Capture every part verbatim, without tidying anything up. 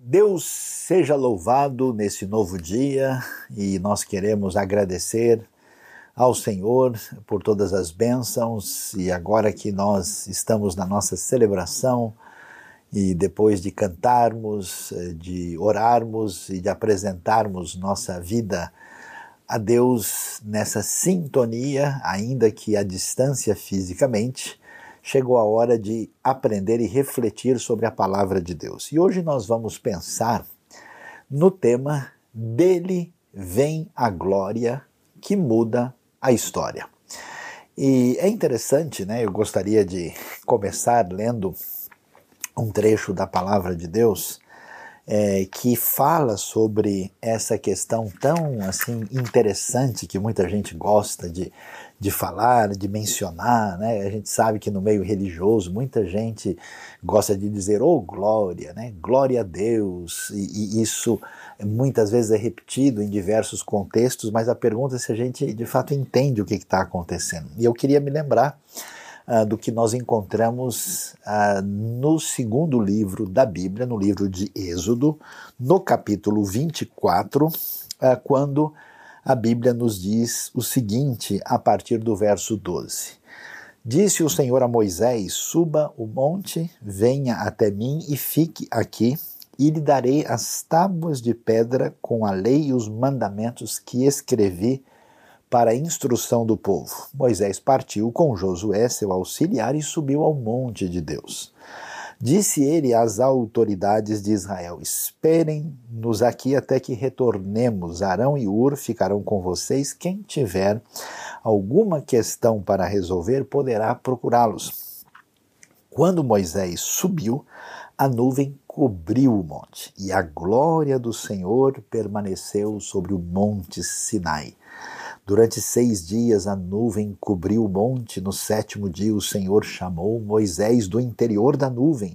Deus seja louvado nesse novo dia e nós queremos agradecer ao Senhor por todas as bênçãos e agora que nós estamos na nossa celebração e depois de cantarmos, de orarmos e de apresentarmos nossa vida a Deus nessa sintonia, ainda que à distância fisicamente, chegou a hora de aprender e refletir sobre a palavra de Deus. E hoje nós vamos pensar no tema Dele vem a glória que muda a história. E é interessante, né? Eu gostaria de começar lendo um trecho da palavra de Deus é, que fala sobre essa questão tão assim interessante que muita gente gosta de, de falar, de mencionar, né? A gente sabe que no meio religioso muita gente gosta de dizer oh glória, né? Glória a Deus, e, e isso muitas vezes é repetido em diversos contextos, mas a pergunta é se a gente de fato entende o que está acontecendo. E eu queria me lembrar Uh, do que nós encontramos uh, no segundo livro da Bíblia, no livro de Êxodo, no capítulo vinte e quatro, uh, quando a Bíblia nos diz o seguinte, a partir do verso doze. Disse o Senhor a Moisés, suba o monte, venha até mim e fique aqui, e lhe darei as tábuas de pedra com a lei e os mandamentos que escrevi para a instrução do povo. Moisés partiu com Josué, seu auxiliar, e subiu ao monte de Deus. Disse ele às autoridades de Israel, esperem-nos aqui até que retornemos. Arão e Hur ficarão com vocês. Quem tiver alguma questão para resolver poderá procurá-los. Quando Moisés subiu, a nuvem cobriu o monte, e a glória do Senhor permaneceu sobre o monte Sinai. Durante seis dias a nuvem cobriu o monte. No sétimo dia o Senhor chamou Moisés do interior da nuvem.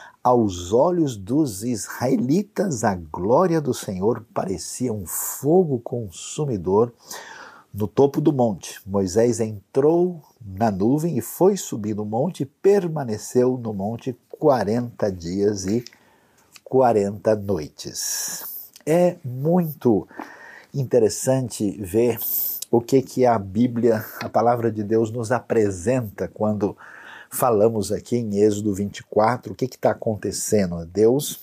Aos olhos dos israelitas a glória do Senhor parecia um fogo consumidor no topo do monte. Moisés entrou na nuvem e foi subir no monte e permaneceu no monte quarenta dias e quarenta noites. É muito interessante ver o que, que a Bíblia, a palavra de Deus, nos apresenta quando falamos aqui em Êxodo vinte e quatro, o que está acontecendo? Deus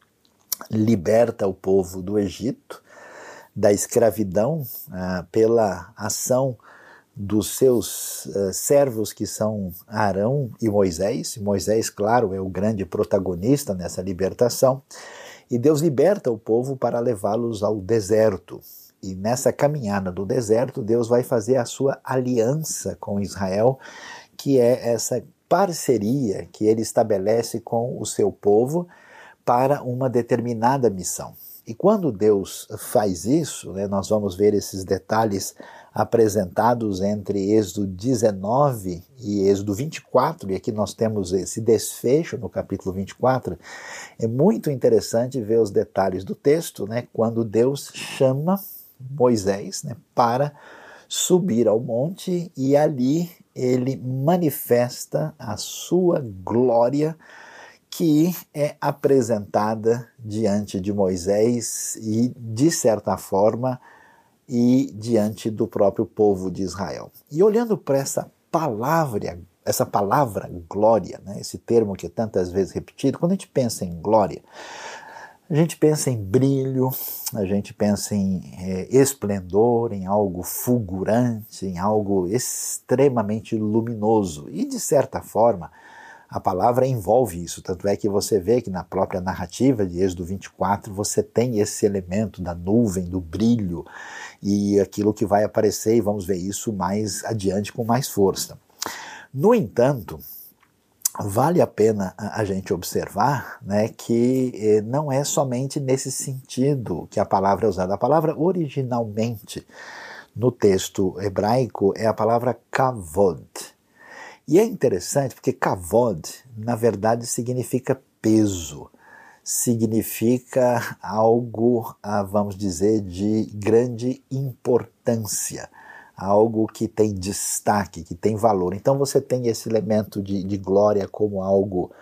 liberta o povo do Egito, da escravidão, ah, pela ação dos seus uh, servos que são Arão e Moisés. E Moisés, claro, é o grande protagonista nessa libertação. E Deus liberta o povo para levá-los ao deserto. E nessa caminhada do deserto, Deus vai fazer a sua aliança com Israel, que é essa parceria que ele estabelece com o seu povo para uma determinada missão. E quando Deus faz isso, né, nós vamos ver esses detalhes apresentados entre Êxodo dezenove e Êxodo vinte e quatro, e aqui nós temos esse desfecho no capítulo vinte e quatro. É muito interessante ver os detalhes do texto, né, quando Deus chama Moisés, né, para subir ao monte e ali ele manifesta a sua glória que é apresentada diante de Moisés e, de certa forma, e diante do próprio povo de Israel. E olhando para essa palavra, essa palavra glória, né, esse termo que é tantas vezes repetido, quando a gente pensa em glória, a gente pensa em brilho, a gente pensa em é, esplendor, em algo fulgurante, em algo extremamente luminoso. E, de certa forma, a palavra envolve isso. Tanto é que você vê que na própria narrativa de Êxodo vinte e quatro você tem esse elemento da nuvem, do brilho, e aquilo que vai aparecer, e vamos ver isso mais adiante com mais força. No entanto, vale a pena a gente observar, né, que eh, não é somente nesse sentido que a palavra é usada. A palavra originalmente no texto hebraico é a palavra kavod. E é interessante porque kavod, na verdade, significa peso, significa algo, ah, vamos dizer, de grande importância, algo que tem destaque, que tem valor. Então você tem esse elemento de, de glória como algo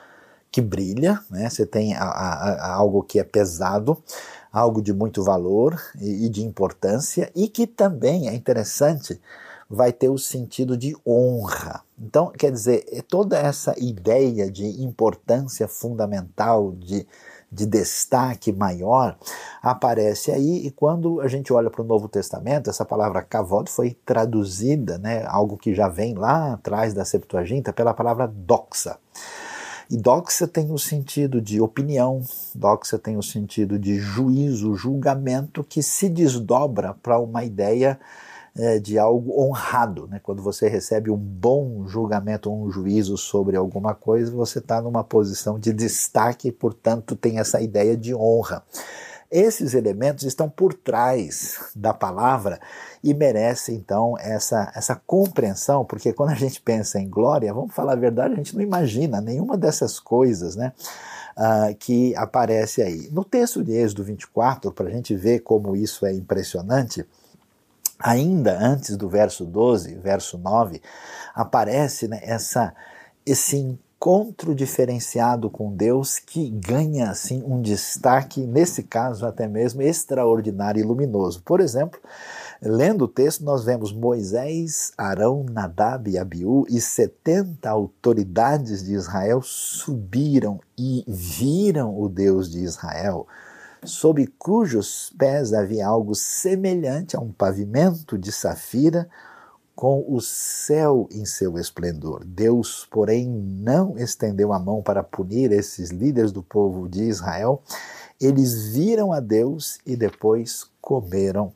que brilha, né? Você tem a, a, a algo que é pesado, algo de muito valor e, e de importância, e que também é interessante, vai ter o sentido de honra. Então, quer dizer, toda essa ideia de importância fundamental, de de destaque maior, aparece aí, e quando a gente olha para o Novo Testamento, essa palavra kavod foi traduzida, né, algo que já vem lá atrás da Septuaginta, pela palavra doxa. E doxa tem o sentido de opinião, doxa tem o sentido de juízo, julgamento, que se desdobra para uma ideia É, de algo honrado, né? Quando você recebe um bom julgamento ou um juízo sobre alguma coisa, você está numa posição de destaque, portanto tem essa ideia de honra. Esses elementos estão por trás da palavra e merecem então essa, essa compreensão, porque quando a gente pensa em glória, vamos falar a verdade, a gente não imagina nenhuma dessas coisas, né? Uh, que aparece aí. No texto de Êxodo vinte e quatro, para a gente ver como isso é impressionante, ainda antes do verso doze, verso nove, aparece, né, essa, esse encontro diferenciado com Deus que ganha assim um destaque, nesse caso até mesmo extraordinário e luminoso. Por exemplo, lendo o texto, nós vemos Moisés, Arão, Nadab e Abiú e setenta autoridades de Israel subiram e viram o Deus de Israel, sob cujos pés havia algo semelhante a um pavimento de safira, com o céu em seu esplendor. Deus, porém, não estendeu a mão para punir esses líderes do povo de Israel. Eles viram a Deus e depois comeram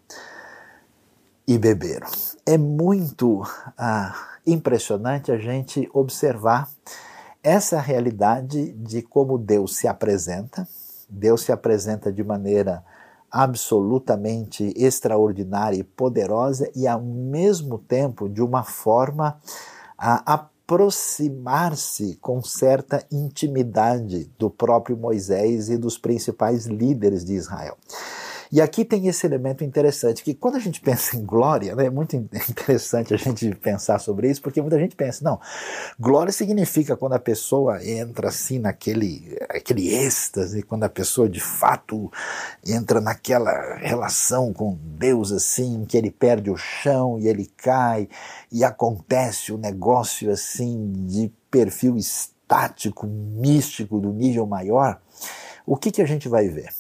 e beberam. É muito ah, impressionante a gente observar essa realidade de como Deus se apresenta. Deus se apresenta de maneira absolutamente extraordinária e poderosa e ao mesmo tempo de uma forma a aproximar-se com certa intimidade do próprio Moisés e dos principais líderes de Israel. E aqui tem esse elemento interessante, que quando a gente pensa em glória, né, é muito interessante a gente pensar sobre isso, porque muita gente pensa, não, glória significa quando a pessoa entra assim naquele aquele êxtase, quando a pessoa de fato entra naquela relação com Deus assim, que ele perde o chão e ele cai, e acontece o negócio assim de perfil estático, místico, do nível maior. O que que a gente vai ver?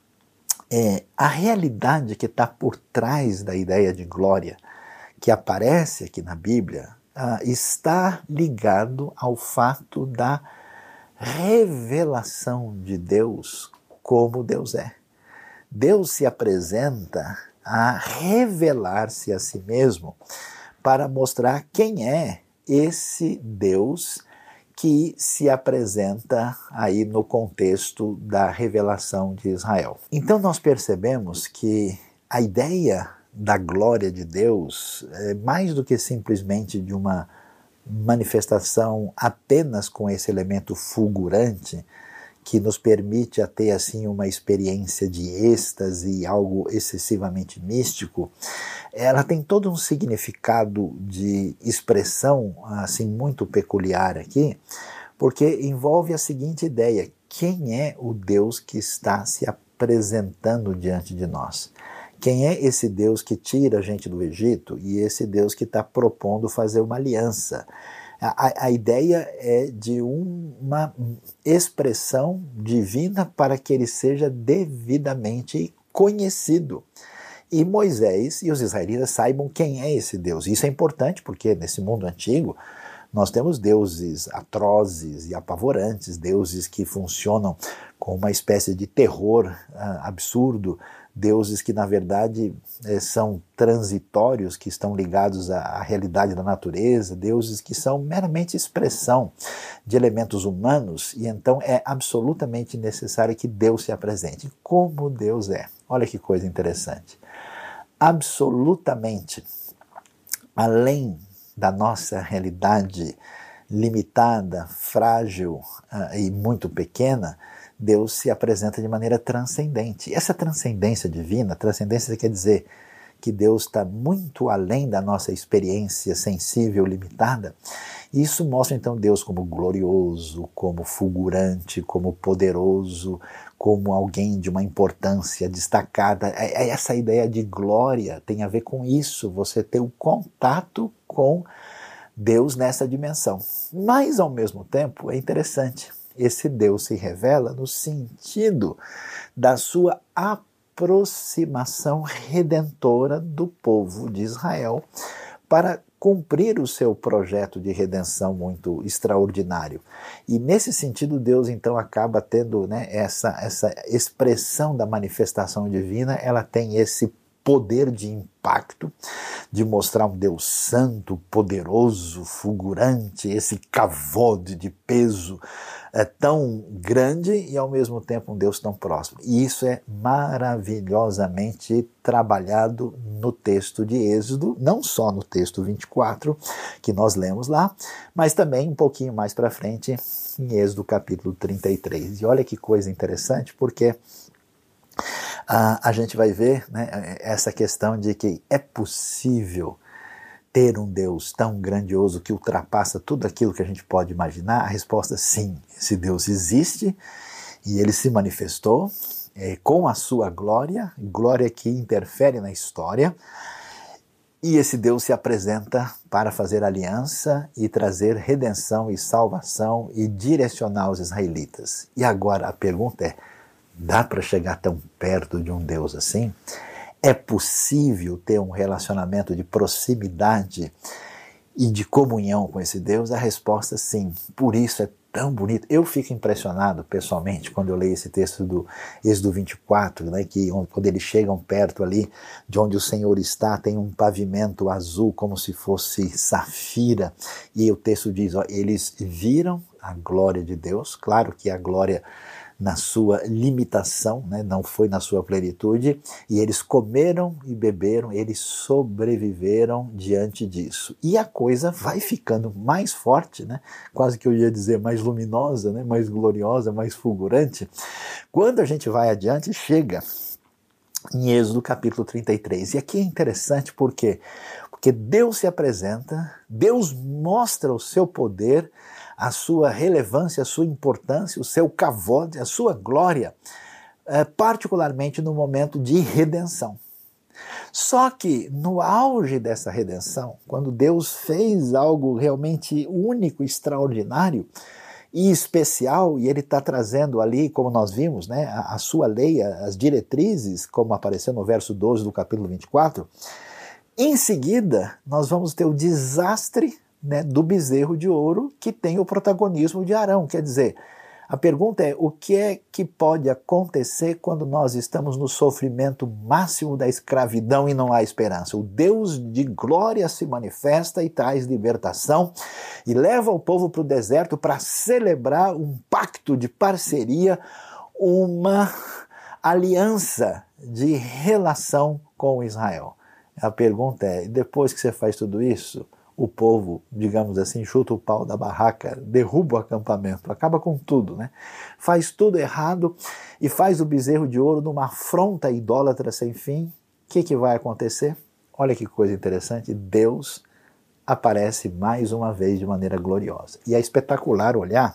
É, a realidade que está por trás da ideia de glória, que aparece aqui na Bíblia, ah, está ligado ao fato da revelação de Deus como Deus é. Deus se apresenta a revelar-se a si mesmo para mostrar quem é esse Deus que se apresenta aí no contexto da revelação de Israel. Então nós percebemos que a ideia da glória de Deus é mais do que simplesmente de uma manifestação apenas com esse elemento fulgurante que nos permite a ter assim uma experiência de êxtase, algo excessivamente místico. Ela tem todo um significado de expressão assim muito peculiar aqui, porque envolve a seguinte ideia: quem é o Deus que está se apresentando diante de nós? Quem é esse Deus que tira a gente do Egito e esse Deus que está propondo fazer uma aliança? A, a ideia é de um, uma expressão divina para que ele seja devidamente conhecido. E Moisés e os israelitas saibam quem é esse Deus. Isso é importante porque nesse mundo antigo nós temos deuses atrozes e apavorantes, deuses que funcionam com uma espécie de terror uh, absurdo, deuses que na verdade eh, são transitórios, que estão ligados à, à realidade da natureza, deuses que são meramente expressão de elementos humanos, e então é absolutamente necessário que Deus se apresente. Como Deus é. Olha que coisa interessante. Absolutamente além da nossa realidade limitada, frágil uh, e muito pequena, Deus se apresenta de maneira transcendente. Essa transcendência divina, transcendência quer dizer que Deus está muito além da nossa experiência sensível limitada. E isso mostra então Deus como glorioso, como fulgurante, como poderoso, como alguém de uma importância destacada. Essa ideia de glória tem a ver com isso, você ter o contato com Deus nessa dimensão. Mas, ao mesmo tempo, é interessante, esse Deus se revela no sentido da sua aproximação redentora do povo de Israel para cumprir o seu projeto de redenção muito extraordinário. E nesse sentido, Deus então acaba tendo, né, essa, essa expressão da manifestação divina, ela tem esse poder de impacto, de mostrar um Deus santo, poderoso, fulgurante, esse kavod de peso é tão grande e ao mesmo tempo um Deus tão próximo. E isso é maravilhosamente trabalhado no texto de Êxodo, não só no texto vinte e quatro que nós lemos lá, mas também um pouquinho mais para frente em Êxodo capítulo trinta e três. E olha que coisa interessante, porque Uh, a gente vai ver, né, essa questão de que é possível ter um Deus tão grandioso que ultrapassa tudo aquilo que a gente pode imaginar. A resposta é sim, esse Deus existe e ele se manifestou é, com a sua glória, glória que interfere na história, e esse Deus se apresenta para fazer aliança e trazer redenção e salvação e direcionar os israelitas. E agora a pergunta é, dá para chegar tão perto de um Deus assim? É possível ter um relacionamento de proximidade e de comunhão com esse Deus? A resposta é sim. Por isso é tão bonito. Eu fico impressionado pessoalmente quando eu leio esse texto do Êxodo vinte e quatro, né, que quando eles chegam perto ali de onde o Senhor está, tem um pavimento azul como se fosse safira, e o texto diz, ó, eles viram a glória de Deus. Claro que a glória na sua limitação, né, não foi na sua plenitude, e eles comeram e beberam, eles sobreviveram diante disso. E a coisa vai ficando mais forte, né, quase que eu ia dizer mais luminosa, né, mais gloriosa, mais fulgurante. Quando a gente vai adiante, chega em Êxodo capítulo trinta e três. E aqui é interessante por quê? Porque Deus se apresenta, Deus mostra o seu poder, a sua relevância, a sua importância, o seu kavod, a sua glória, é, particularmente no momento de redenção. Só que no auge dessa redenção, quando Deus fez algo realmente único, extraordinário e especial, e Ele está trazendo ali, como nós vimos, né, a, a sua lei, as diretrizes, como apareceu no verso doze do capítulo vinte e quatro, em seguida nós vamos ter o desastre, né, do bezerro de ouro, que tem o protagonismo de Arão. Quer dizer, a pergunta é, o que é que pode acontecer quando nós estamos no sofrimento máximo da escravidão e não há esperança? O Deus de glória se manifesta e traz libertação e leva o povo para o deserto para celebrar um pacto de parceria, uma aliança de relação com Israel. A pergunta é, depois que você faz tudo isso, o povo, digamos assim, chuta o pau da barraca, derruba o acampamento, acaba com tudo, né? Faz tudo errado e faz o bezerro de ouro numa afronta idólatra sem fim. O que, que vai acontecer? Olha que coisa interessante, Deus aparece mais uma vez de maneira gloriosa. E é espetacular olhar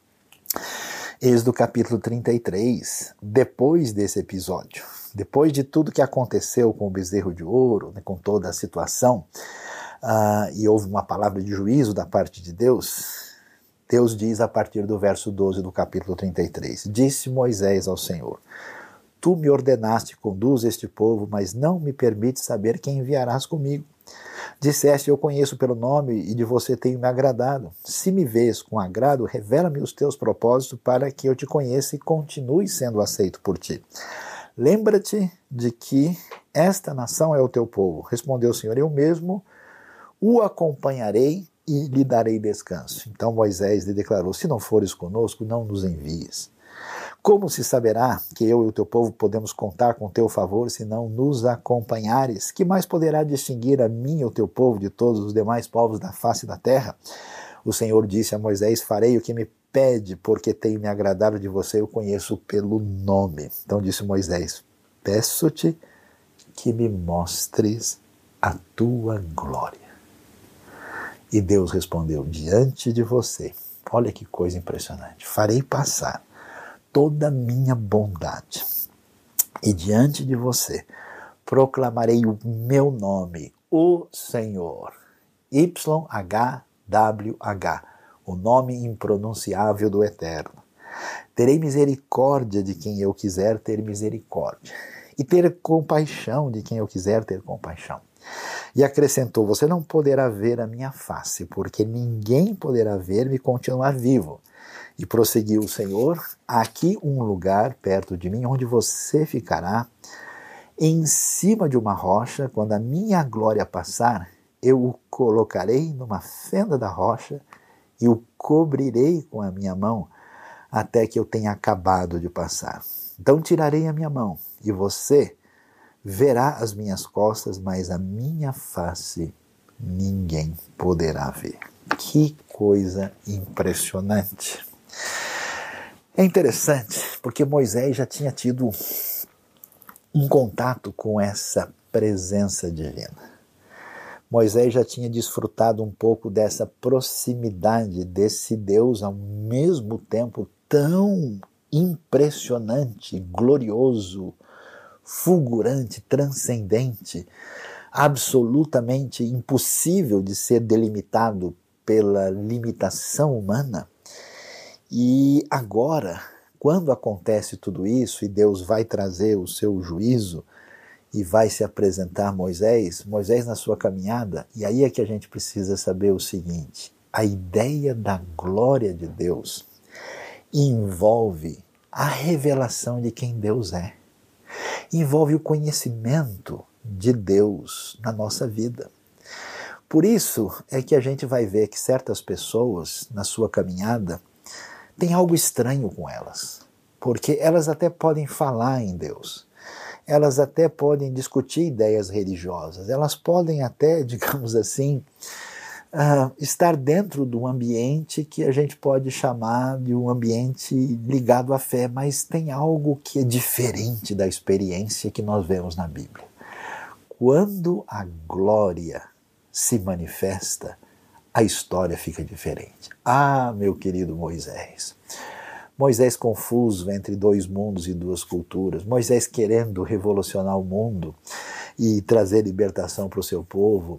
Êxodo capítulo trinta e três, depois desse episódio, depois de tudo que aconteceu com o bezerro de ouro, né, com toda a situação, Uh, e houve uma palavra de juízo da parte de Deus, Deus diz a partir do verso doze do capítulo trinta e três, disse Moisés ao Senhor, tu me ordenaste, conduz este povo, mas não me permites saber quem enviarás comigo. Disseste, eu conheço pelo nome e de você tenho me agradado. Se me vês com agrado, revela-me os teus propósitos para que eu te conheça e continue sendo aceito por ti. Lembra-te de que esta nação é o teu povo. Respondeu o Senhor, eu mesmo o acompanharei e lhe darei descanso. Então Moisés lhe declarou, se não fores conosco, não nos envies. Como se saberá que eu e o teu povo podemos contar com teu favor se não nos acompanhares? Que mais poderá distinguir a mim e o teu povo de todos os demais povos da face da terra? O Senhor disse a Moisés, farei o que me pede, porque tenho me agradado de você, eu conheço pelo nome. Então disse Moisés, peço-te que me mostres a tua glória. E Deus respondeu, diante de você, olha que coisa impressionante, farei passar toda a minha bondade, e diante de você proclamarei o meu nome, o Senhor, Y H W H, o nome impronunciável do Eterno. Terei misericórdia de quem eu quiser ter misericórdia, e ter compaixão de quem eu quiser ter compaixão. E acrescentou, você não poderá ver a minha face, porque ninguém poderá ver-me e continuar vivo. E prosseguiu o Senhor, há aqui um lugar perto de mim, onde você ficará em cima de uma rocha. Quando a minha glória passar, eu o colocarei numa fenda da rocha e o cobrirei com a minha mão, até que eu tenha acabado de passar. Então tirarei a minha mão, e você verá as minhas costas, mas a minha face ninguém poderá ver. Que coisa impressionante! É interessante, porque Moisés já tinha tido um contato com essa presença divina. Moisés já tinha desfrutado um pouco dessa proximidade desse Deus ao mesmo tempo tão impressionante, glorioso, fulgurante, transcendente, absolutamente impossível de ser delimitado pela limitação humana. E agora, quando acontece tudo isso e Deus vai trazer o seu juízo e vai se apresentar a Moisés, Moisés na sua caminhada, e aí é que a gente precisa saber o seguinte, a ideia da glória de Deus envolve a revelação de quem Deus é. Envolve o conhecimento de Deus na nossa vida. Por isso é que a gente vai ver que certas pessoas, na sua caminhada, tem algo estranho com elas. Porque elas até podem falar em Deus. Elas até podem discutir ideias religiosas. Elas podem até, digamos assim, Uh, estar dentro de um ambiente que a gente pode chamar de um ambiente ligado à fé, mas tem algo que é diferente da experiência que nós vemos na Bíblia. Quando a glória se manifesta, a história fica diferente. Ah, meu querido Moisés, Moisés confuso entre dois mundos e duas culturas, Moisés querendo revolucionar o mundo e trazer libertação para o seu povo,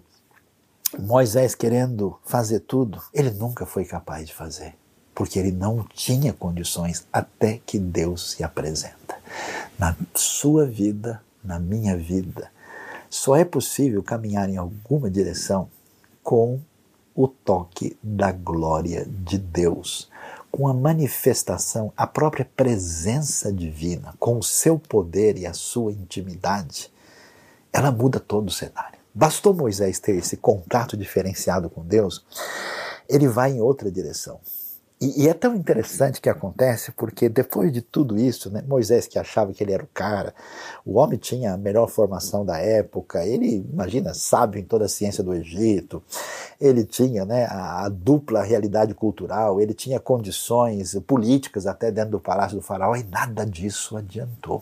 Moisés querendo fazer tudo, ele nunca foi capaz de fazer, porque ele não tinha condições até que Deus se apresenta. Na sua vida, na minha vida, só é possível caminhar em alguma direção com o toque da glória de Deus, com a manifestação, a própria presença divina, com o seu poder e a sua intimidade, ela muda todo o cenário. Bastou Moisés ter esse contato diferenciado com Deus, ele vai em outra direção. E, e é tão interessante que acontece, porque depois de tudo isso, né, Moisés que achava que ele era o cara, o homem tinha a melhor formação da época, ele, imagina, sábio em toda a ciência do Egito, ele tinha, né, a, a dupla realidade cultural, ele tinha condições políticas até dentro do palácio do faraó, e nada disso adiantou.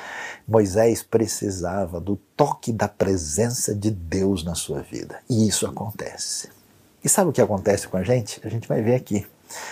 Moisés precisava do toque da presença de Deus na sua vida. E isso acontece. E sabe o que acontece com a gente? A gente vai ver aqui.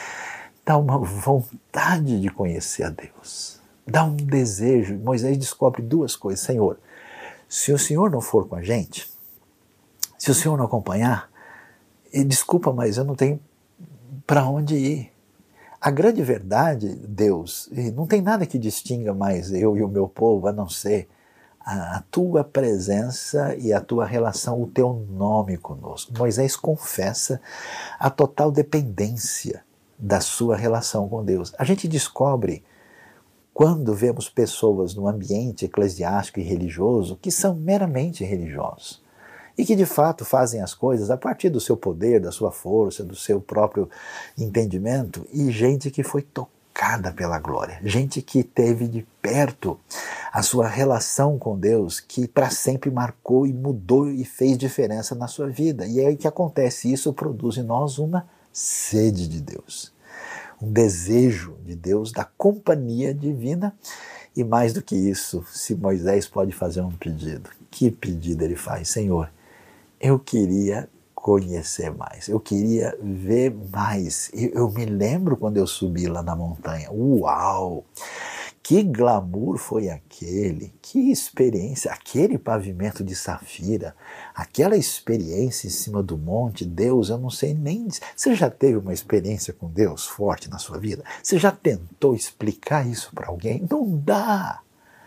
Dá uma vontade de conhecer a Deus. Dá um desejo. Moisés descobre duas coisas. Senhor, se o Senhor não for com a gente, se o Senhor não acompanhar, e desculpa, mas eu não tenho para onde ir. A grande verdade, Deus, e não tem nada que distinga mais eu e o meu povo, a não ser a tua presença e a tua relação, o teu nome conosco. Moisés confessa a total dependência da sua relação com Deus. A gente descobre, quando vemos pessoas no ambiente eclesiástico e religioso, que são meramente religiosos. E que de fato fazem as coisas a partir do seu poder, da sua força, do seu próprio entendimento, e gente que foi tocada pela glória, gente que teve de perto a sua relação com Deus, que para sempre marcou e mudou e fez diferença na sua vida. E é aí que acontece, isso produz em nós uma sede de Deus, um desejo de Deus, da companhia divina, E mais do que isso, se Moisés pode fazer um pedido, que pedido ele faz? Senhor, eu queria conhecer mais, eu queria ver mais. Eu, eu me lembro quando eu subi lá na montanha, uau! Que glamour foi aquele, que experiência, aquele pavimento de safira, aquela experiência em cima do monte, Deus, eu não sei nem... Você já teve uma experiência com Deus forte na sua vida? Você já tentou explicar isso para alguém? Não dá!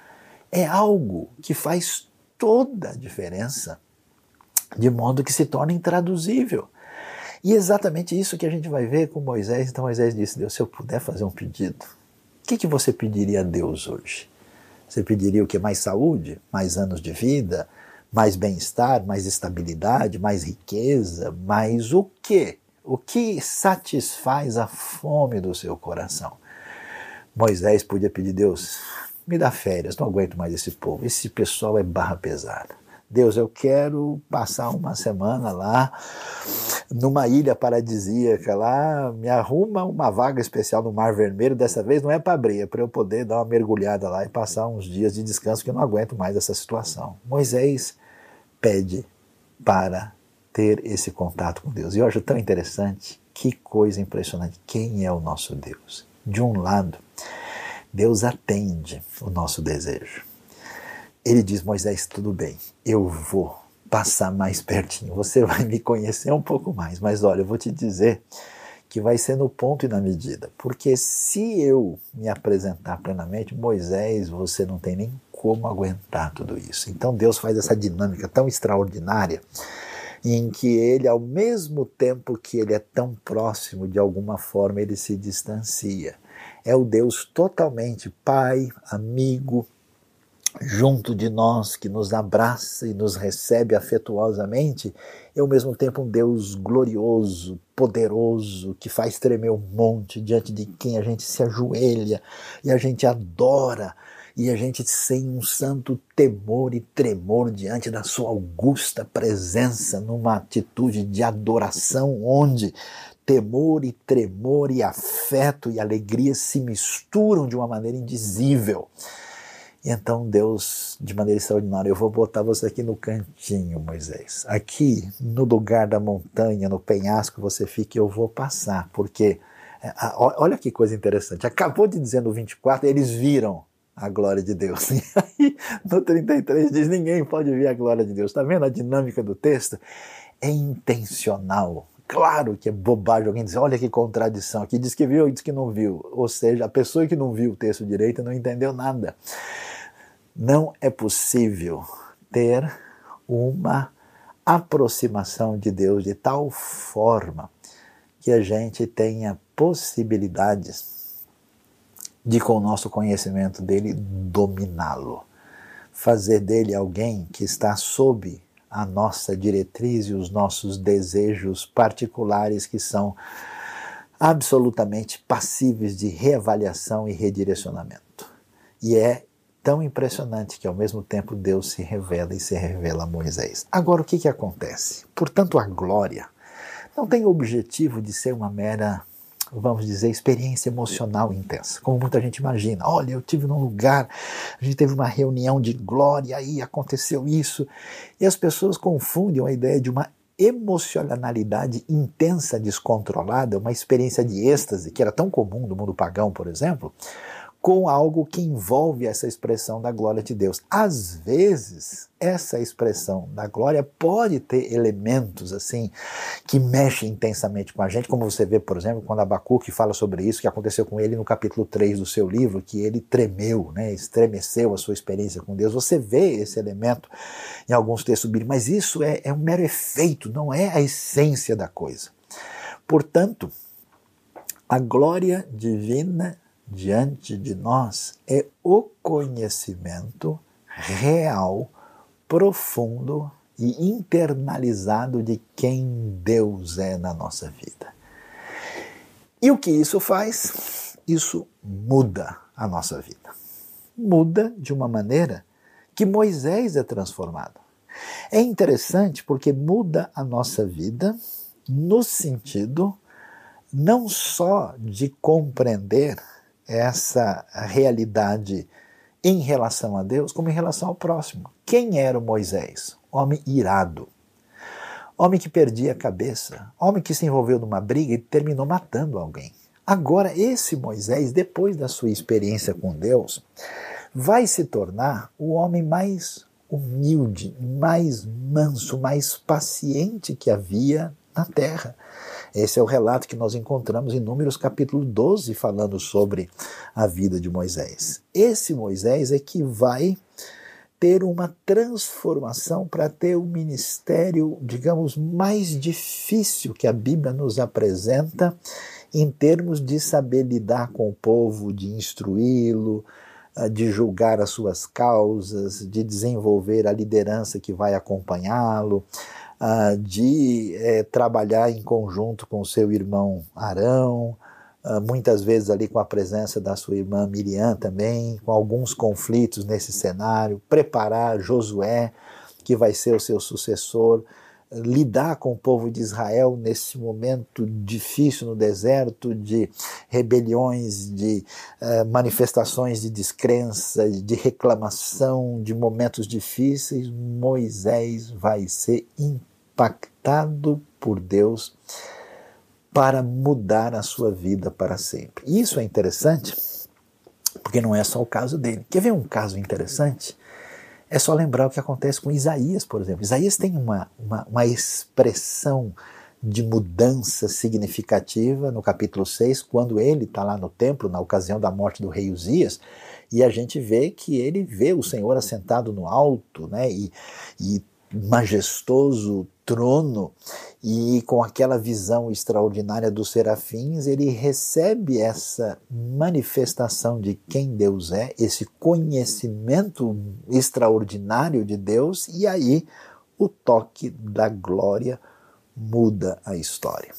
É algo que faz toda a diferença, de modo que se torna intraduzível. E exatamente isso que a gente vai ver com Moisés. Então Moisés disse, Deus, se eu puder fazer um pedido, o que, que você pediria a Deus hoje? Você pediria o quê? Mais saúde? Mais anos de vida? Mais bem-estar? Mais estabilidade? Mais riqueza? Mais o quê? O que satisfaz a fome do seu coração? Moisés podia pedir, Deus, me dá férias, não aguento mais esse povo, esse pessoal é barra pesada. Deus, eu quero passar uma semana lá numa ilha paradisíaca lá, me arruma uma vaga especial no Mar Vermelho, dessa vez não é para abrir, é para eu poder dar uma mergulhada lá e passar uns dias de descanso, que eu não aguento mais essa situação. Moisés pede para ter esse contato com Deus. E eu acho tão interessante, que coisa impressionante, quem é o nosso Deus? De um lado, Deus atende o nosso desejo. Ele diz, Moisés, tudo bem, eu vou passar mais pertinho, você vai me conhecer um pouco mais, mas olha, eu vou te dizer que vai ser no ponto e na medida, porque se eu me apresentar plenamente, Moisés, você não tem nem como aguentar tudo isso. Então Deus faz essa dinâmica tão extraordinária, em que ele, ao mesmo tempo que ele é tão próximo, de alguma forma ele se distancia. É o Deus totalmente pai, amigo, junto de nós, que nos abraça e nos recebe afetuosamente, e ao mesmo tempo um Deus glorioso, poderoso, que faz tremer o monte, diante de quem a gente se ajoelha e a gente adora, e a gente tem um santo temor e tremor diante da sua augusta presença, numa atitude de adoração onde temor e tremor e afeto e alegria se misturam de uma maneira indizível. E então Deus, de maneira extraordinária, eu vou botar você aqui no cantinho, Moisés. Aqui, no lugar da montanha, no penhasco, você fica e eu vou passar. Porque, olha que coisa interessante, acabou de dizer no vinte e quatro, eles viram a glória de Deus. E aí, no trinta e três diz, ninguém pode ver a glória de Deus. Está vendo a dinâmica do texto? É intencional. Claro que é bobagem alguém dizer, olha que contradição, aqui diz que viu e diz que não viu. Ou seja, a pessoa que não viu o texto direito não entendeu nada. Não é possível ter uma aproximação de Deus de tal forma que a gente tenha possibilidades de, com o nosso conhecimento dele, dominá-lo. Fazer dele alguém que está sob a nossa diretriz e os nossos desejos particulares, que são absolutamente passíveis de reavaliação e redirecionamento. E é tão impressionante que ao mesmo tempo Deus se revela e se revela a Moisés. Agora o que que acontece? Portanto, a glória não tem o objetivo de ser uma mera, vamos dizer, experiência emocional intensa, como muita gente imagina. Olha, eu estive num lugar, a gente teve uma reunião de glória, aí aconteceu isso, e as pessoas confundem a ideia de uma emocionalidade intensa, descontrolada, uma experiência de êxtase, que era tão comum no mundo pagão, por exemplo, com algo que envolve essa expressão da glória de Deus. Às vezes, essa expressão da glória pode ter elementos assim que mexem intensamente com a gente, como você vê, por exemplo, quando Abacuque fala sobre isso, que aconteceu com ele no capítulo três do seu livro, que ele tremeu, né, estremeceu a sua experiência com Deus. Você vê esse elemento em alguns textos bíblicos, mas isso é, é um mero efeito, não é a essência da coisa. Portanto, a glória divina diante de nós é o conhecimento real, profundo e internalizado de quem Deus é na nossa vida. E o que isso faz? Isso muda a nossa vida. Muda de uma maneira que Moisés é transformado. É interessante porque muda a nossa vida no sentido não só de compreender essa realidade em relação a Deus como em relação ao próximo. Quem era o Moisés? Homem irado, homem que perdia a cabeça, homem que se envolveu numa briga e terminou matando alguém. Agora, esse Moisés, depois da sua experiência com Deus, vai se tornar o homem mais humilde, mais manso, mais paciente que havia na terra. Esse é o relato que nós encontramos em Números capítulo doze, falando sobre a vida de Moisés. Esse Moisés é que vai ter uma transformação para ter o ministério, digamos, mais difícil que a Bíblia nos apresenta em termos de saber lidar com o povo, de instruí-lo, de julgar as suas causas, de desenvolver a liderança que vai acompanhá-lo, de é, trabalhar em conjunto com o seu irmão Arão, muitas vezes ali com a presença da sua irmã Miriam também, com alguns conflitos nesse cenário, preparar Josué, que vai ser o seu sucessor, lidar com o povo de Israel nesse momento difícil no deserto, de rebeliões, de uh, manifestações de descrença, de reclamação, de momentos difíceis. Moisés vai ser impactado por Deus para mudar a sua vida para sempre. Isso é interessante, porque não é só o caso dele. Quer ver um caso interessante? É só lembrar o que acontece com Isaías, por exemplo. Isaías tem uma, uma, uma expressão de mudança significativa no capítulo seis, quando ele está lá no templo, na ocasião da morte do rei Uzias, e a gente vê que ele vê o Senhor assentado no alto, né, e, e majestoso trono, e com aquela visão extraordinária dos serafins, ele recebe essa manifestação de quem Deus é, esse conhecimento extraordinário de Deus, e aí o toque da glória muda a história.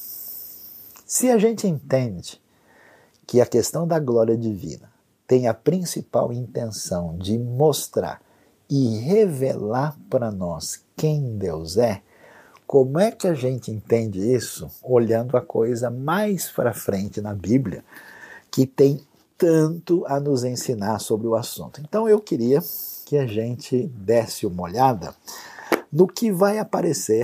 Se a gente entende que a questão da glória divina tem a principal intenção de mostrar e revelar para nós quem Deus é, como é que a gente entende isso olhando a coisa mais para frente na Bíblia, que tem tanto a nos ensinar sobre o assunto? Então eu queria que a gente desse uma olhada no que vai aparecer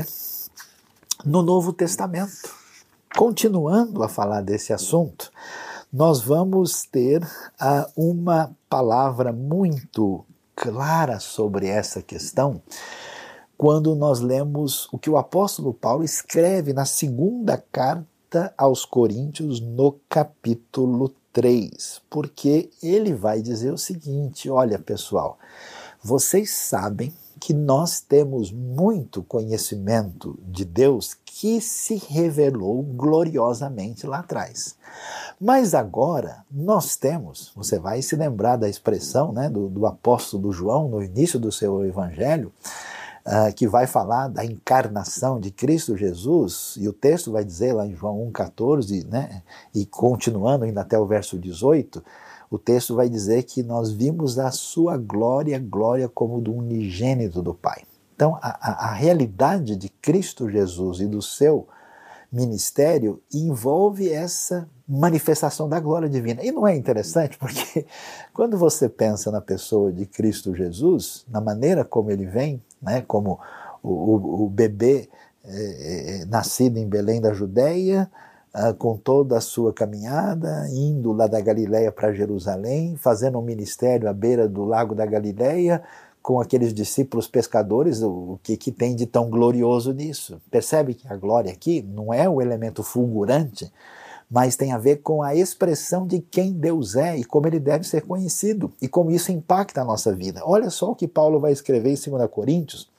no Novo Testamento. Continuando a falar desse assunto, nós vamos ter uh, uma palavra muito clara sobre essa questão quando nós lemos o que o apóstolo Paulo escreve na segunda carta aos Coríntios, no capítulo três, porque ele vai dizer o seguinte: olha, pessoal, vocês sabem que nós temos muito conhecimento de Deus que se revelou gloriosamente lá atrás. Mas agora nós temos, você vai se lembrar da expressão, né, do, do apóstolo João no início do seu evangelho, uh, que vai falar da encarnação de Cristo Jesus, e o texto vai dizer lá em João um, catorze, né, e continuando ainda até o verso dezoito, o texto vai dizer que nós vimos a sua glória, glória como do unigênito do Pai. Então, a, a, a realidade de Cristo Jesus e do seu ministério envolve essa manifestação da glória divina. E não é interessante? Porque quando você pensa na pessoa de Cristo Jesus, na maneira como ele vem, né, como o, o, o bebê é, é, nascido em Belém da Judéia, Uh, com toda a sua caminhada, indo lá da Galileia para Jerusalém, fazendo um ministério à beira do lago da Galileia, com aqueles discípulos pescadores, o, o que, que tem de tão glorioso nisso? Percebe que a glória aqui não é o elemento fulgurante, mas tem a ver com a expressão de quem Deus é e como ele deve ser conhecido, e como isso impacta a nossa vida. Olha só o que Paulo vai escrever em dois Coríntios,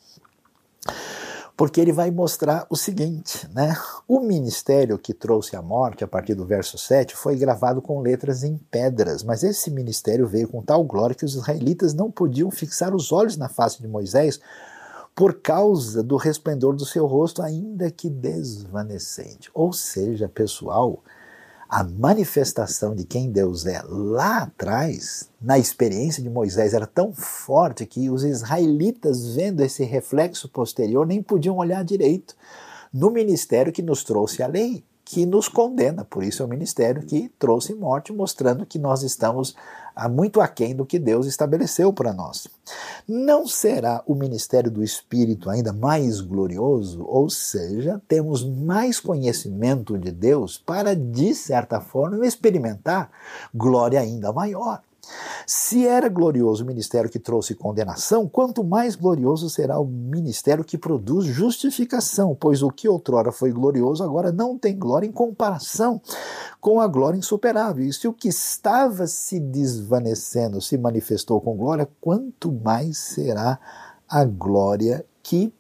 porque ele vai mostrar o seguinte, né? O ministério que trouxe a morte, a partir do verso sete, foi gravado com letras em pedras, mas esse ministério veio com tal glória que os israelitas não podiam fixar os olhos na face de Moisés por causa do resplendor do seu rosto, ainda que desvanecente. Ou seja, pessoal, a manifestação de quem Deus é lá atrás, na experiência de Moisés, era tão forte que os israelitas, vendo esse reflexo posterior, nem podiam olhar direito no ministério que nos trouxe a lei, que nos condena. Por isso é um ministério que trouxe morte, mostrando que nós estamos muito aquém do que Deus estabeleceu para nós. Não será o ministério do Espírito ainda mais glorioso? Ou seja, temos mais conhecimento de Deus para, de certa forma, experimentar glória ainda maior. Se era glorioso o ministério que trouxe condenação, quanto mais glorioso será o ministério que produz justificação, pois o que outrora foi glorioso agora não tem glória em comparação com a glória insuperável. E se o que estava se desvanecendo se manifestou com glória, quanto mais será a glória que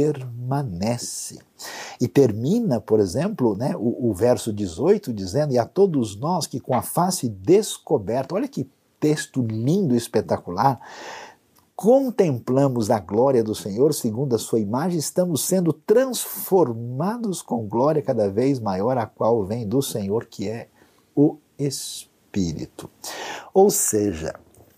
permanece. E termina, por exemplo, né, o, o verso dezoito dizendo: e a todos nós que com a face descoberta, olha que texto lindo e espetacular, contemplamos a glória do Senhor segundo a sua imagem, estamos sendo transformados com glória cada vez maior, a qual vem do Senhor, que é o Espírito. Ou seja,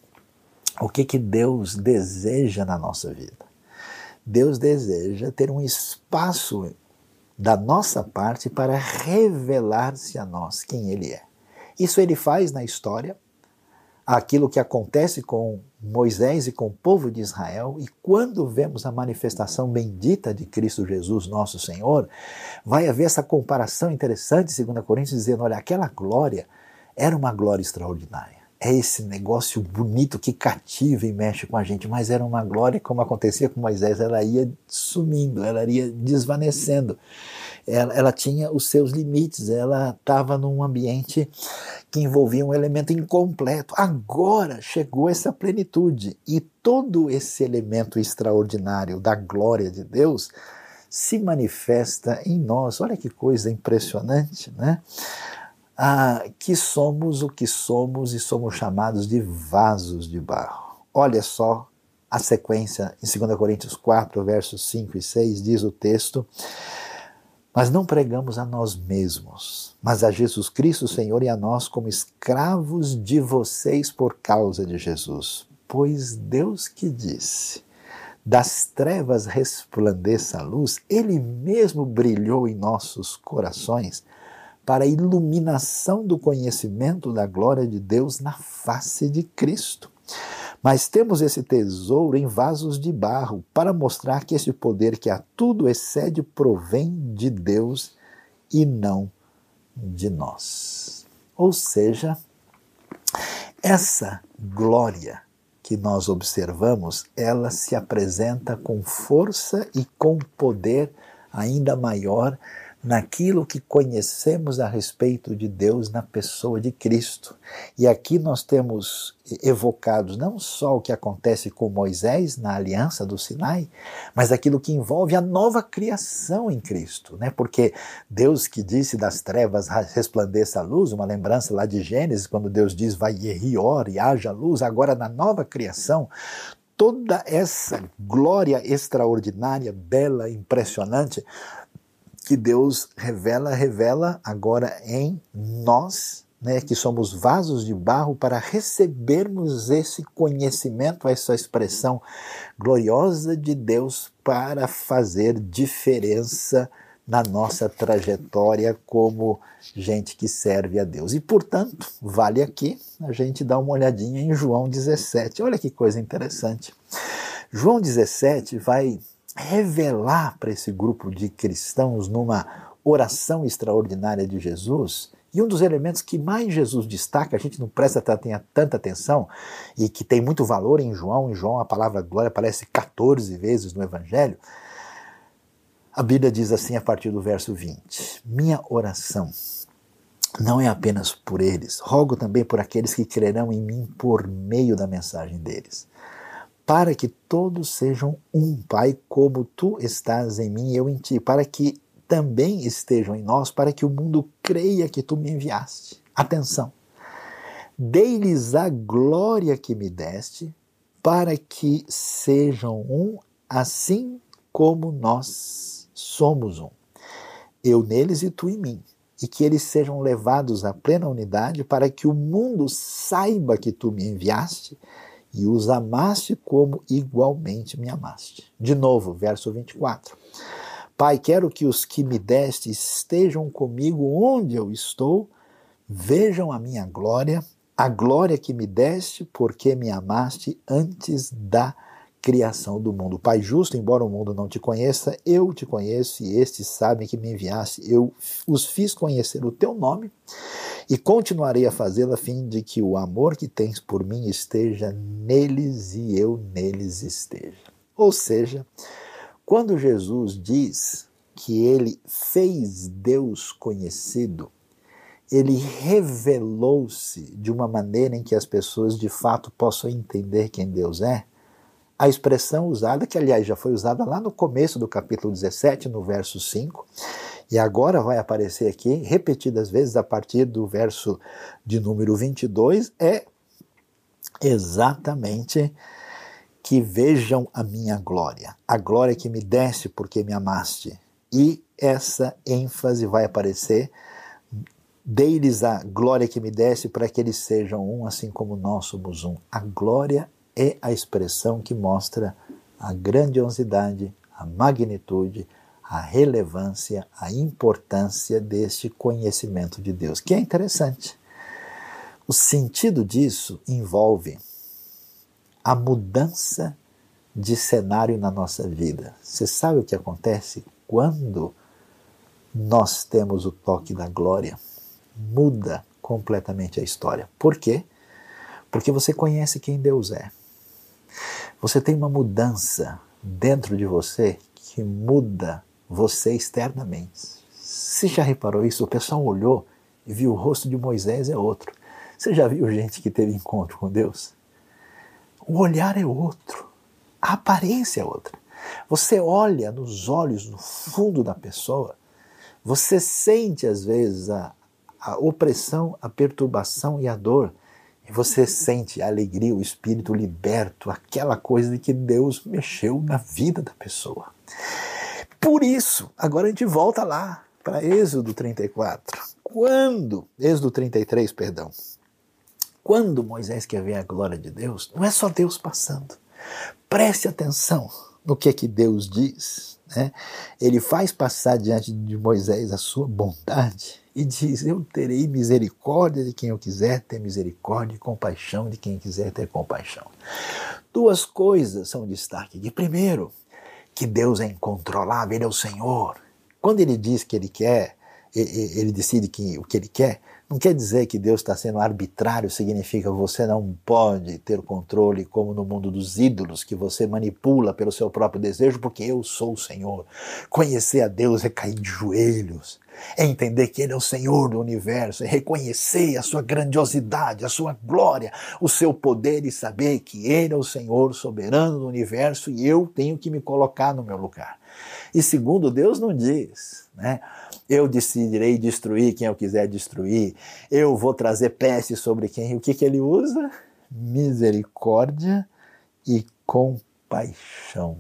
o que que Deus deseja na nossa vida? Deus deseja ter um espaço da nossa parte para revelar-se a nós quem Ele é. Isso Ele faz na história, aquilo que acontece com Moisés e com o povo de Israel, e quando vemos a manifestação bendita de Cristo Jesus, nosso Senhor, vai haver essa comparação interessante, segundo Coríntios, dizendo, olha, aquela glória era uma glória extraordinária. É esse negócio bonito que cativa e mexe com a gente, mas era uma glória, como acontecia com Moisés, ela ia sumindo, ela ia desvanecendo. Ela, ela tinha os seus limites, ela estava num ambiente que envolvia um elemento incompleto. Agora chegou essa plenitude e todo esse elemento extraordinário da glória de Deus se manifesta em nós. Olha que coisa impressionante, né? Ah, que somos o que somos e somos chamados de vasos de barro. Olha só a sequência em dois Coríntios quatro, versos cinco e seis, diz o texto: mas não pregamos a nós mesmos, mas a Jesus Cristo, Senhor, e a nós como escravos de vocês por causa de Jesus. Pois Deus que disse, das trevas resplandeça a luz, Ele mesmo brilhou em nossos corações para a iluminação do conhecimento da glória de Deus na face de Cristo. Mas temos esse tesouro em vasos de barro para mostrar que esse poder que a tudo excede provém de Deus e não de nós. Ou seja, essa glória que nós observamos, ela se apresenta com força e com poder ainda maior naquilo que conhecemos a respeito de Deus na pessoa de Cristo. E aqui nós temos evocados não só o que acontece com Moisés na aliança do Sinai, mas aquilo que envolve a nova criação em Cristo, né? Porque Deus que disse das trevas resplandeça a luz, uma lembrança lá de Gênesis, quando Deus diz vai Yehior e haja luz, agora na nova criação, toda essa glória extraordinária, bela, impressionante, que Deus revela, revela agora em nós, né, que somos vasos de barro para recebermos esse conhecimento, essa expressão gloriosa de Deus para fazer diferença na nossa trajetória como gente que serve a Deus. E, portanto, vale aqui a gente dar uma olhadinha em João dezessete. Olha que coisa interessante. João dezessete vai revelar para esse grupo de cristãos numa oração extraordinária de Jesus, e um dos elementos que mais Jesus destaca, a gente não presta tanta atenção, e que tem muito valor em João, em João a palavra glória aparece quatorze vezes no Evangelho. A Bíblia diz assim a partir do verso vinte, minha oração não é apenas por eles, rogo também por aqueles que crerão em mim por meio da mensagem deles, para que todos sejam um, Pai, como Tu estás em mim e eu em Ti, para que também estejam em nós, para que o mundo creia que Tu me enviaste. Atenção! Dei-lhes a glória que me deste, para que sejam um, assim como nós somos um. Eu neles e Tu em mim, e que eles sejam levados à plena unidade, para que o mundo saiba que Tu me enviaste, e os amaste como igualmente me amaste. De novo, verso vinte e quatro. Pai, quero que os que me deste estejam comigo onde eu estou, vejam a minha glória, a glória que me deste, porque me amaste antes da criação do mundo. Pai justo, embora o mundo não te conheça, eu te conheço e estes sabem que me enviaste. Eu os fiz conhecer o teu nome e continuarei a fazê-lo a fim de que o amor que tens por mim esteja neles e eu neles esteja. Ou seja, quando Jesus diz que ele fez Deus conhecido, ele revelou-se de uma maneira em que as pessoas de fato possam entender quem Deus é. A expressão usada, que aliás já foi usada lá no começo do capítulo dezessete, no verso cinco, e agora vai aparecer aqui repetidas vezes a partir do verso de número vinte e dois, é exatamente que vejam a minha glória, a glória que me deste porque me amaste. E essa ênfase vai aparecer, dei-lhes a glória que me deste para que eles sejam um, assim como nós somos um. A glória é a expressão que mostra a grandiosidade, a magnitude, a relevância, a importância deste conhecimento de Deus, que é interessante. O sentido disso envolve a mudança de cenário na nossa vida. Você sabe o que acontece quando nós temos o toque da glória? Muda completamente a história. Por quê? Porque você conhece quem Deus é. Você tem uma mudança dentro de você que muda você externamente. Você já reparou isso? O pessoal olhou e viu o rosto de Moisés é outro. Você já viu gente que teve encontro com Deus? O olhar é outro. A aparência é outra. Você olha nos olhos, no fundo da pessoa, você sente às vezes a, a opressão, a perturbação e a dor. E você sente a alegria, o espírito liberto, aquela coisa de que Deus mexeu na vida da pessoa. Por isso, agora a gente volta lá para Êxodo trinta e quatro. Quando, Êxodo trinta e três, perdão. Quando Moisés quer ver a glória de Deus, não é só Deus passando. Preste atenção no que é que Deus diz, né? Ele faz passar diante de Moisés a sua bondade e diz, eu terei misericórdia de quem eu quiser ter misericórdia e compaixão de quem quiser ter compaixão. Duas coisas são destaque aqui. Primeiro, que Deus é incontrolável, Ele é o Senhor. Quando Ele diz que Ele quer, Ele decide que, o que Ele quer, não quer dizer que Deus está sendo arbitrário, significa que você não pode ter controle como no mundo dos ídolos, que você manipula pelo seu próprio desejo, porque eu sou o Senhor. Conhecer a Deus é cair de joelhos, é entender que Ele é o Senhor do universo, é reconhecer a sua grandiosidade, a sua glória, o seu poder e saber que Ele é o Senhor soberano do universo e eu tenho que me colocar no meu lugar. E segundo, Deus não diz, né? Eu decidirei destruir quem eu quiser destruir, eu vou trazer peste sobre quem. O que, que Ele usa? Misericórdia e compaixão.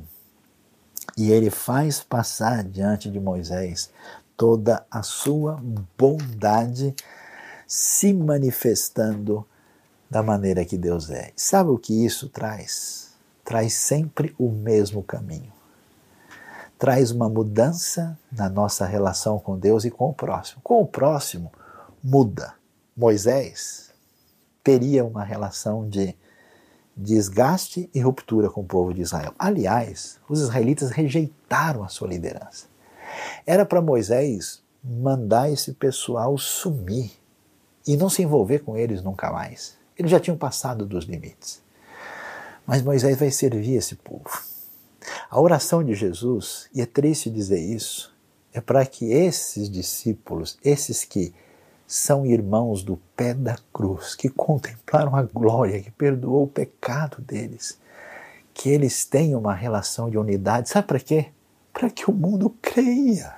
E Ele faz passar diante de Moisés toda a sua bondade se manifestando da maneira que Deus é. Sabe o que isso traz? Traz sempre o mesmo caminho. Traz uma mudança na nossa relação com Deus e com o próximo. Com o próximo, muda. Moisés teria uma relação de desgaste e ruptura com o povo de Israel. Aliás, os israelitas rejeitaram a sua liderança. Era para Moisés mandar esse pessoal sumir e não se envolver com eles nunca mais. Eles já tinham passado dos limites. Mas Moisés vai servir esse povo. A oração de Jesus, e é triste dizer isso, é para que esses discípulos, esses que são irmãos do pé da cruz, que contemplaram a glória, que perdoou o pecado deles, que eles tenham uma relação de unidade. Sabe para quê? Para que o mundo creia.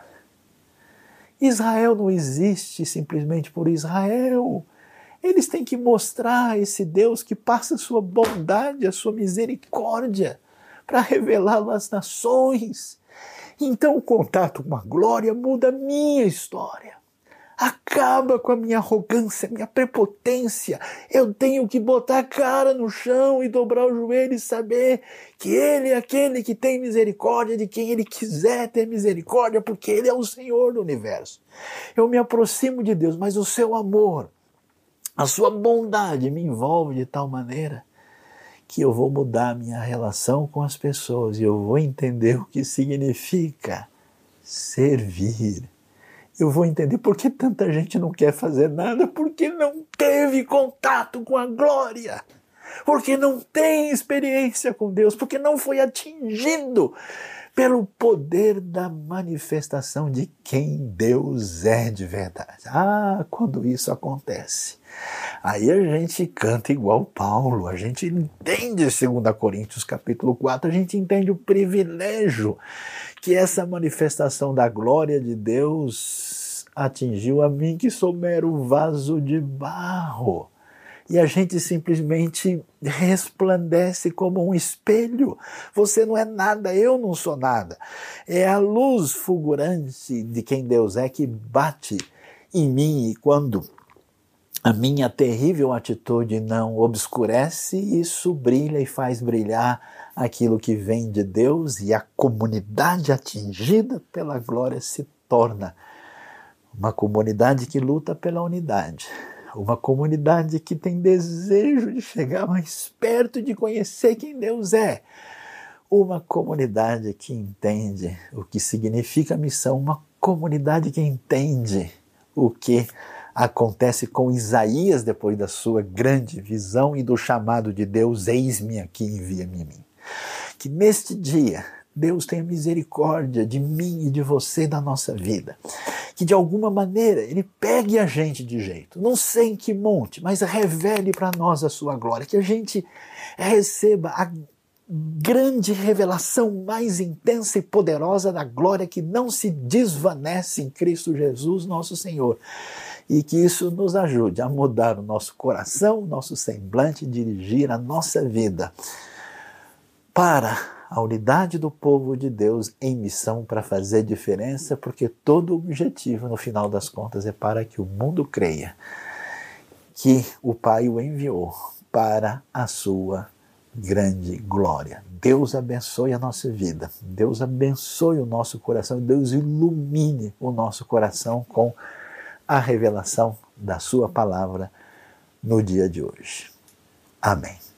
Israel não existe simplesmente por Israel. Eles têm que mostrar esse Deus que passa a sua bondade, a sua misericórdia, para revelá-lo às nações. Então o contato com a glória muda a minha história. Acaba com a minha arrogância, minha prepotência. Eu tenho que botar a cara no chão e dobrar o joelho e saber que Ele é aquele que tem misericórdia de quem Ele quiser ter misericórdia, porque Ele é o Senhor do universo. Eu me aproximo de Deus, mas o seu amor, a sua bondade me envolve de tal maneira que eu vou mudar a minha relação com as pessoas e eu vou entender o que significa servir. Eu vou entender por que tanta gente não quer fazer nada, porque não teve contato com a glória, porque não tem experiência com Deus, porque não foi atingido pelo poder da manifestação de quem Deus é de verdade. Ah, quando isso acontece, aí a gente canta igual Paulo, a gente entende dois Coríntios capítulo quatro, a gente entende o privilégio que essa manifestação da glória de Deus atingiu a mim, que sou mero vaso de barro. E a gente simplesmente resplandece como um espelho. Você não é nada, eu não sou nada. É a luz fulgurante de quem Deus é que bate em mim, e quando a minha terrível atitude não obscurece, isso brilha e faz brilhar aquilo que vem de Deus, e a comunidade atingida pela glória se torna uma comunidade que luta pela unidade, uma comunidade que tem desejo de chegar mais perto de conhecer quem Deus é, uma comunidade que entende o que significa a missão, uma comunidade que entende o que acontece com Isaías depois da sua grande visão e do chamado de Deus: eis-me aqui, envia-me a mim. Que neste dia Deus tenha misericórdia de mim e de você, da nossa vida. Que de alguma maneira Ele pegue a gente de jeito, não sei em que monte, mas revele para nós a sua glória. Que a gente receba a grande revelação mais intensa e poderosa da glória que não se desvanece em Cristo Jesus, nosso Senhor. E que isso nos ajude a mudar o nosso coração, o nosso semblante, dirigir a nossa vida para a unidade do povo de Deus em missão para fazer diferença, porque todo o objetivo, no final das contas, é para que o mundo creia que o Pai o enviou para a sua grande glória. Deus abençoe a nossa vida, Deus abençoe o nosso coração, Deus ilumine o nosso coração com a revelação da sua palavra no dia de hoje. Amém.